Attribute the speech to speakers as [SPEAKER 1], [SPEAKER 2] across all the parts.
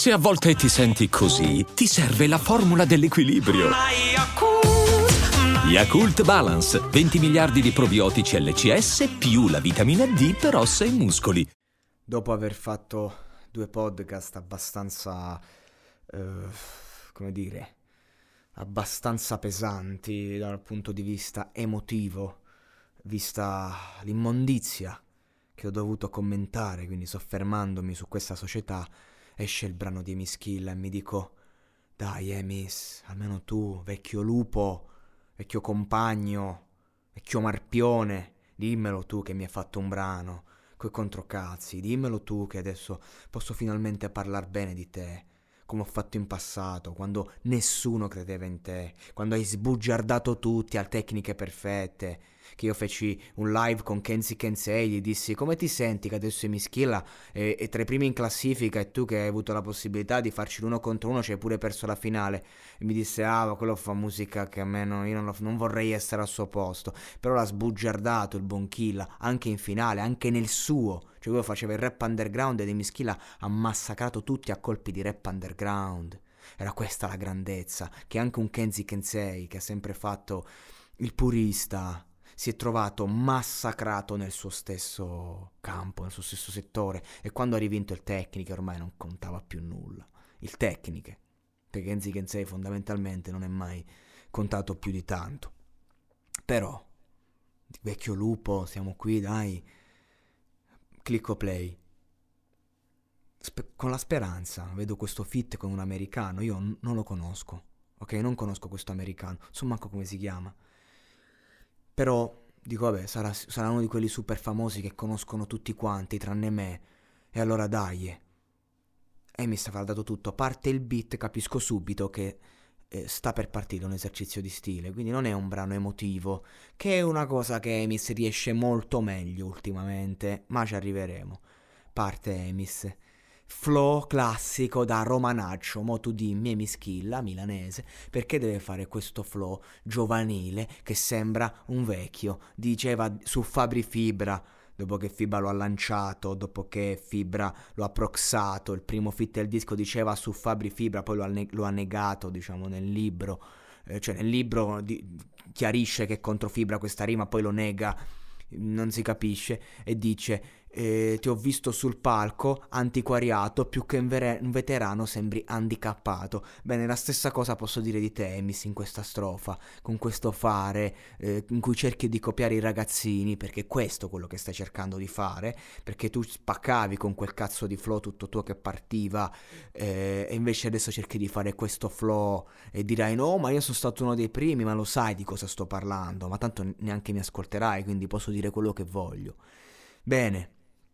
[SPEAKER 1] Se a volte ti senti così, ti serve la formula dell'equilibrio. Yakult Balance, 20 miliardi di probiotici LCS più la vitamina D per ossa e muscoli.
[SPEAKER 2] Dopo aver fatto 2 podcast abbastanza, abbastanza pesanti dal punto di vista emotivo, vista l'immondizia che ho dovuto commentare, quindi soffermandomi su questa società, esce il brano di Emiskilla e mi dico: dai Emis, almeno tu, vecchio lupo, vecchio compagno, vecchio marpione, dimmelo tu che mi hai fatto un brano coi controcazzi, dimmelo tu che adesso posso finalmente parlare bene di te, come ho fatto in passato, quando nessuno credeva in te, quando hai sbugiardato tutti a tecniche perfette, che io feci un live con Kenzie Kensei, gli dissi: come ti senti che adesso Emiskilla è tra i primi in classifica e tu che hai avuto la possibilità di farci l'1 contro 1 ci hai pure perso la finale? E mi disse: ah, ma quello fa musica che a me io non vorrei essere al suo posto. Però l'ha sbugiardato il buon Killa anche in finale, anche nel suo, cioè quello faceva il rap underground ed Emiskilla ha massacrato tutti a colpi di rap underground. Era questa la grandezza, che anche un Kenzie Kensei, che ha sempre fatto il purista, si è trovato massacrato nel suo stesso campo, nel suo stesso settore, e quando ha rivinto il Tecniche ormai non contava più nulla. Il Tecniche, perché Kenzie Kensei fondamentalmente non è mai contato più di tanto. Però, vecchio lupo, siamo qui, dai, clicco play. Con la speranza, vedo questo feat con un americano, io non lo conosco, ok? Non conosco questo americano, non so manco come si chiama. Però dico, vabbè, sarà uno di quelli super famosi che conoscono tutti quanti, tranne me. E allora dai. E mi stava dato tutto. Parte il beat, capisco subito che sta per partire un esercizio di stile. Quindi non è un brano emotivo, che è una cosa che Emis riesce molto meglio ultimamente. Ma ci arriveremo. Parte Emis. Flow classico da romanaccio, mo tu dimmi Emiskilla, milanese, perché deve fare questo flow giovanile che sembra un vecchio? Diceva su Fabri Fibra, dopo che Fibra lo ha lanciato, dopo che Fibra lo ha proxato, il primo feat del disco diceva su Fabri Fibra, poi lo ha negato, diciamo, nel libro, cioè nel libro chiarisce che è contro Fibra questa rima, poi lo nega, non si capisce, e dice: ti ho visto sul palco antiquariato, più che un veterano sembri handicappato. Bene, la stessa cosa posso dire di te, Emis, in questa strofa, con questo fare in cui cerchi di copiare i ragazzini, perché questo è quello che stai cercando di fare, perché tu spaccavi con quel cazzo di flow tutto tuo che partiva, e invece adesso cerchi di fare questo flow e dirai: no, ma io sono stato uno dei primi, ma lo sai di cosa sto parlando, ma tanto neanche mi ascolterai, quindi posso dire quello che voglio. Bene,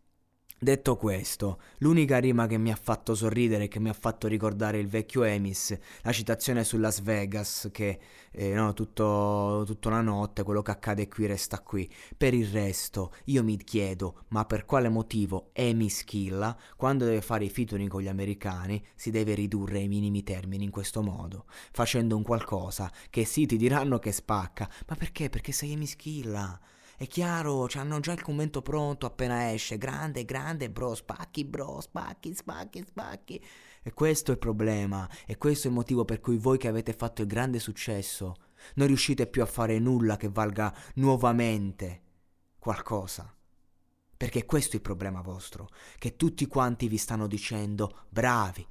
[SPEAKER 2] detto questo, l'unica rima che mi ha fatto sorridere e che mi ha fatto ricordare il vecchio Emis, la citazione su Las Vegas, che no, tutta la notte quello che accade qui resta qui. Per il resto, io mi chiedo, ma per quale motivo Emiskilla, quando deve fare i featuring con gli americani, si deve ridurre ai minimi termini in questo modo, facendo un qualcosa che sì, ti diranno che spacca, ma perché? Perché sei Emiskilla. È chiaro, hanno già il commento pronto appena esce: grande, grande, bro, spacchi, spacchi. E questo è il problema, e questo è il motivo per cui voi che avete fatto il grande successo non riuscite più a fare nulla che valga nuovamente qualcosa. Perché questo è il problema vostro, che tutti quanti vi stanno dicendo bravi.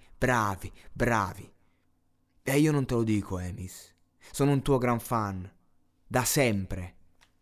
[SPEAKER 2] E io non te lo dico, Emis. Sono un tuo gran fan, da sempre.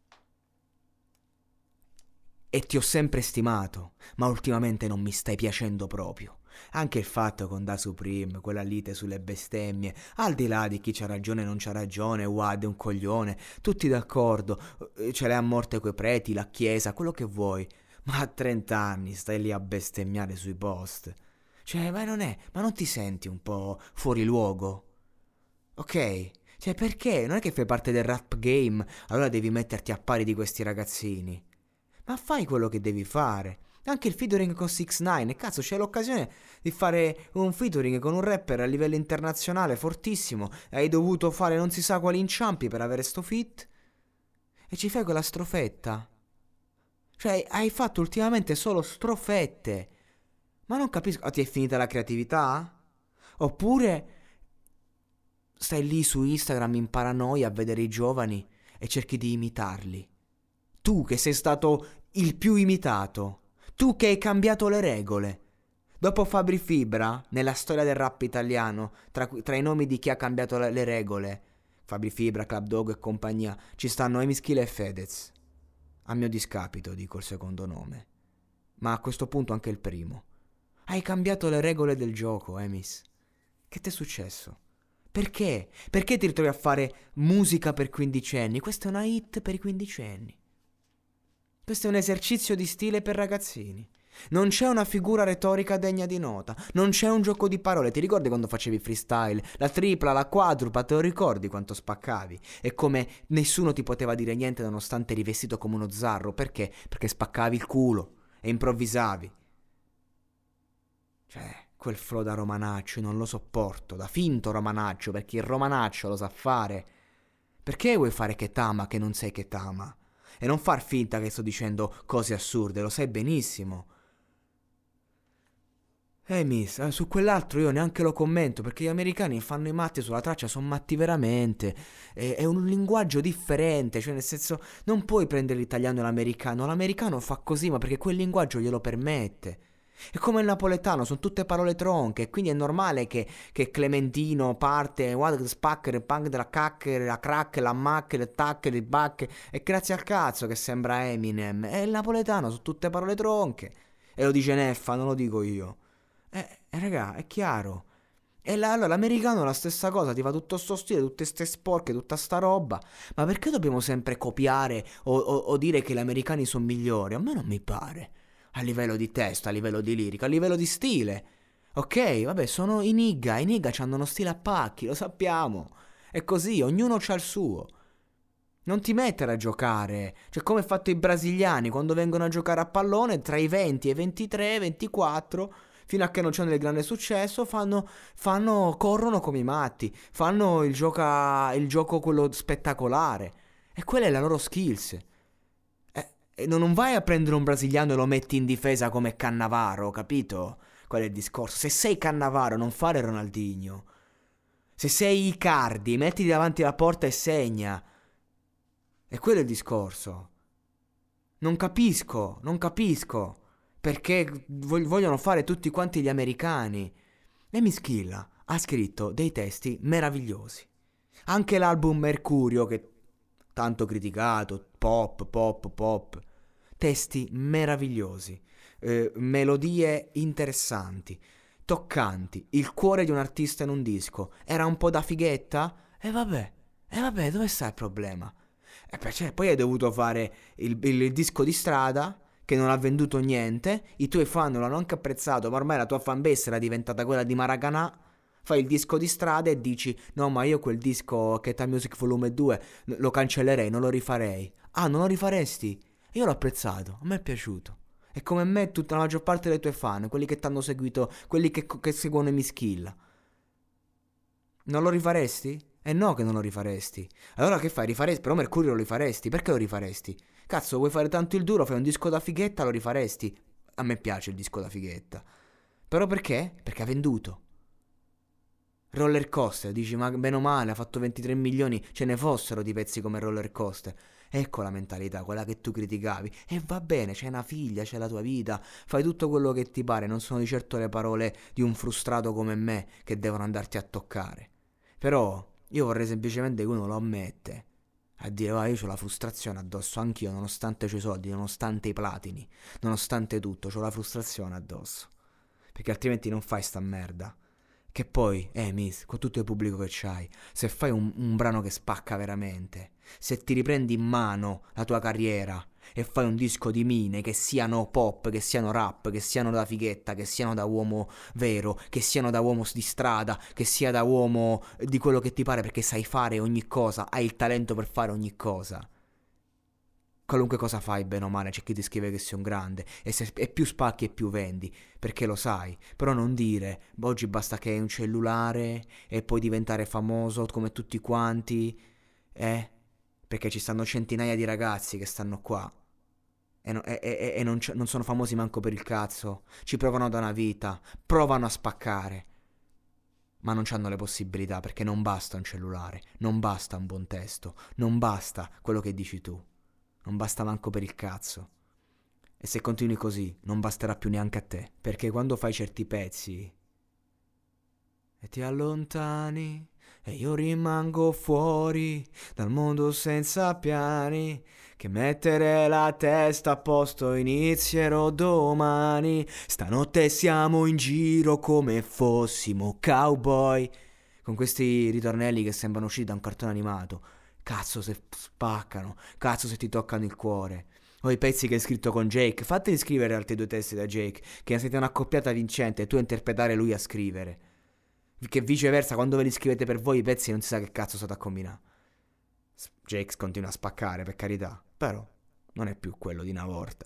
[SPEAKER 2] E ti ho sempre stimato, ma ultimamente non mi stai piacendo proprio. Anche il fatto con Da Supreme, quella lite sulle bestemmie, al di là di chi c'ha ragione e non c'ha ragione, Wad è un coglione, tutti d'accordo, ce l'hai a morte coi preti, la chiesa, quello che vuoi, ma a 30 anni stai lì a bestemmiare sui post. Cioè, ma non ti senti un po' fuori luogo? Ok? Cioè, perché? Non è che fai parte del rap game, allora devi metterti a pari di questi ragazzini. Ma fai quello che devi fare. Anche il featuring con 6ix9ine, cazzo, c'è l'occasione di fare un featuring con un rapper a livello internazionale fortissimo, e hai dovuto fare non si sa quali inciampi per avere sto feat, e ci fai quella strofetta. Cioè, hai fatto ultimamente solo strofette. Ma non capisco, ti è finita la creatività? Oppure stai lì su Instagram in paranoia a vedere i giovani e cerchi di imitarli. Tu che sei stato il più imitato, tu che hai cambiato le regole. Dopo Fabri Fibra, nella storia del rap italiano, tra i nomi di chi ha cambiato le regole, Fabri Fibra, Club Dog e compagnia, ci stanno Emischila e Fedez. A mio discapito dico il secondo nome, ma a questo punto anche il primo. Hai cambiato le regole del gioco, Emis. Che ti è successo? Perché? Perché ti ritrovi a fare musica per quindicenni? Questa è una hit per i quindicenni. Questo è un esercizio di stile per ragazzini. Non c'è una figura retorica degna di nota. Non c'è un gioco di parole. Ti ricordi quando facevi freestyle? La tripla, la quadrupla, te lo ricordi quanto spaccavi? E come nessuno ti poteva dire niente nonostante eri vestito come uno zarro. Perché? Perché spaccavi il culo e improvvisavi. Cioè, quel flow da romanaccio non lo sopporto, da finto romanaccio, perché il romanaccio lo sa fare. Perché vuoi fare Ketama che non sei Ketama? E non far finta che sto dicendo cose assurde, lo sai benissimo. Miss, su quell'altro io neanche lo commento perché gli americani fanno i matti sulla traccia, sono matti veramente. È un linguaggio differente, cioè nel senso non puoi prendere l'italiano e l'americano fa così ma perché quel linguaggio glielo permette. È come il napoletano, sono tutte parole tronche, quindi è normale che Clementino parte, guarda che spacca, il punk della cacca, la crack, la mac, le tac, il bac, e grazie al cazzo che sembra Eminem. E il napoletano, sono tutte parole tronche. E lo dice Neffa, non lo dico io. Raga, è chiaro. E allora l'americano è la stessa cosa, ti fa tutto sto stile, tutte ste sporche, tutta sta roba. Ma perché dobbiamo sempre copiare o dire che gli americani sono migliori? A me non mi pare. A livello di testo, a livello di lirica, a livello di stile. Ok, vabbè, sono i nigga hanno uno stile a pacchi, lo sappiamo. È così, ognuno c'ha il suo. Non ti mettere a giocare, cioè come fatto i brasiliani quando vengono a giocare a pallone tra i 20 e i 23, 24, fino a che non c'hanno il grande successo, corrono come i matti, fanno il gioco quello spettacolare. E quella è la loro skills. E non vai a prendere un brasiliano e lo metti in difesa come Cannavaro, capito? Qual è il discorso? Se sei Cannavaro, non fare Ronaldinho. Se sei Icardi, mettiti davanti alla porta e segna. E quello è il discorso. Non capisco perché vogliono fare tutti quanti gli americani. Amy Schilla ha scritto dei testi meravigliosi. Anche l'album Mercurio, che tanto criticato, pop. Testi meravigliosi, melodie interessanti, toccanti, il cuore di un artista in un disco. Era un po' da fighetta? E vabbè, dove sta il problema? Poi hai dovuto fare il disco di strada che non ha venduto niente, i tuoi fan non l'hanno anche apprezzato, ma ormai la tua fanbase era diventata quella di Maracanã. Fai il disco di strada e dici no, ma io quel disco Keta Music Volume 2 lo cancellerei, non lo rifarei. Ah, non lo rifaresti? Io l'ho apprezzato, a me è piaciuto. E come me tutta la maggior parte dei tuoi fan, quelli che ti hanno seguito, quelli che seguono i Mischilla. Non lo rifaresti? Eh no che non lo rifaresti. Allora che fai? Rifaresti? Però Mercurio lo rifaresti. Perché lo rifaresti? Cazzo, vuoi fare tanto il duro, fai un disco da fighetta, lo rifaresti. A me piace il disco da fighetta. Però perché? Perché ha venduto. Roller Coaster, dici ma bene o male ha fatto 23 milioni, ce ne fossero di pezzi come Roller Coaster. Ecco la mentalità, quella che tu criticavi. E va bene, c'è una figlia, c'è la tua vita, fai tutto quello che ti pare, non sono di certo le parole di un frustrato come me che devono andarti a toccare. Però io vorrei semplicemente che uno lo ammette a dire io ho la frustrazione addosso, anch'io nonostante c'ho i soldi, nonostante i platini, nonostante tutto, c'ho la frustrazione addosso. Perché altrimenti non fai sta merda. Che poi, miss, con tutto il pubblico che c'hai, se fai un brano che spacca veramente, se ti riprendi in mano la tua carriera e fai un disco di mine, che siano pop, che siano rap, che siano da fighetta, che siano da uomo vero, che siano da uomo di strada, che sia da uomo di quello che ti pare perché sai fare ogni cosa, hai il talento per fare ogni cosa. Qualunque cosa fai, bene o male, c'è chi ti scrive che sei un grande e più spacchi e più vendi, perché lo sai. Però non dire, oggi basta che hai un cellulare e puoi diventare famoso come tutti quanti, perché ci stanno centinaia di ragazzi che stanno qua e non sono famosi manco per il cazzo, ci provano da una vita, provano a spaccare. ma non hanno le possibilità perché non basta un cellulare, non basta un buon testo, non basta quello che dici tu, non basta manco per il cazzo. E se continui così non basterà più neanche a te, perché quando fai certi pezzi e ti allontani e io rimango fuori dal mondo senza piani, che mettere la testa a posto inizierò domani, stanotte siamo in giro come fossimo cowboy, con questi ritornelli che sembrano usciti da un cartone animato. Cazzo se spaccano, cazzo se ti toccano il cuore. O i pezzi che hai scritto con Jake, fateli scrivere altri due testi da Jake, che siete un'accoppiata vincente e tu a interpretare lui a scrivere. Che viceversa, quando ve li scrivete per voi i pezzi non si sa che cazzo state a combinare. Jake continua a spaccare, per carità, però non è più quello di una volta.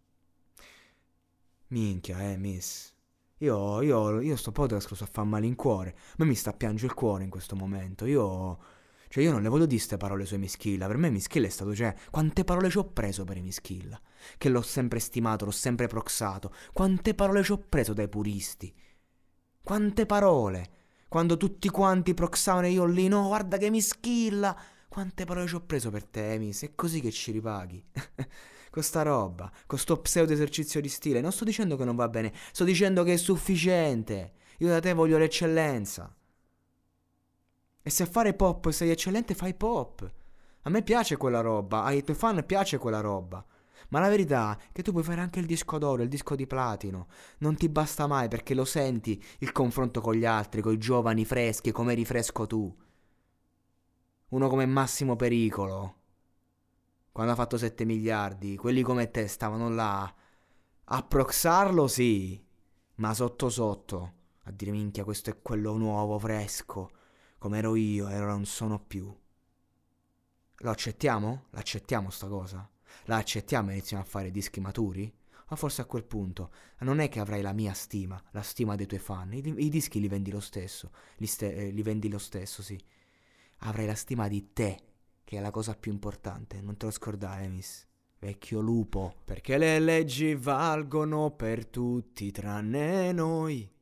[SPEAKER 2] Minchia, miss. Io sto podcast lo so fa male in cuore. A me mi sta a piangere il cuore in questo momento. Cioè, io non le voglio dire ste parole sui Mischilla. Per me Mischilla è stato, cioè, quante parole ci ho preso per i Mischilla. Che l'ho sempre stimato, l'ho sempre proxato. Quante parole ci ho preso dai puristi. Quante parole. Quando tutti quanti proxavano e io lì, no, guarda che Mischilla. Quante parole ci ho preso per te, Miss. È così che ci ripaghi. Con sta roba, con sto pseudo esercizio di stile. Non sto dicendo che non va bene, sto dicendo che è sufficiente. Io da te voglio l'eccellenza. E se fare pop sei eccellente, fai pop. A me piace quella roba, ai tuoi fan piace quella roba. Ma la verità è che tu puoi fare anche il disco d'oro, il disco di platino. Non ti basta mai perché lo senti il confronto con gli altri, con i giovani freschi, come eri fresco tu. Uno come Massimo Pericolo, quando ha fatto 7 miliardi, quelli come te stavano là a proxarlo, sì, ma sotto sotto, a dire minchia questo è quello nuovo, fresco, come ero io e ora non sono più. Lo accettiamo? L'accettiamo sta cosa? La accettiamo e iniziamo a fare dischi maturi? O forse a quel punto non è che avrai la mia stima, la stima dei tuoi fan, i dischi li vendi lo stesso, li vendi lo stesso, sì. Avrai la stima di te, che è la cosa più importante, non te lo scordare, miss. Vecchio lupo. Perché le leggi valgono per tutti tranne noi.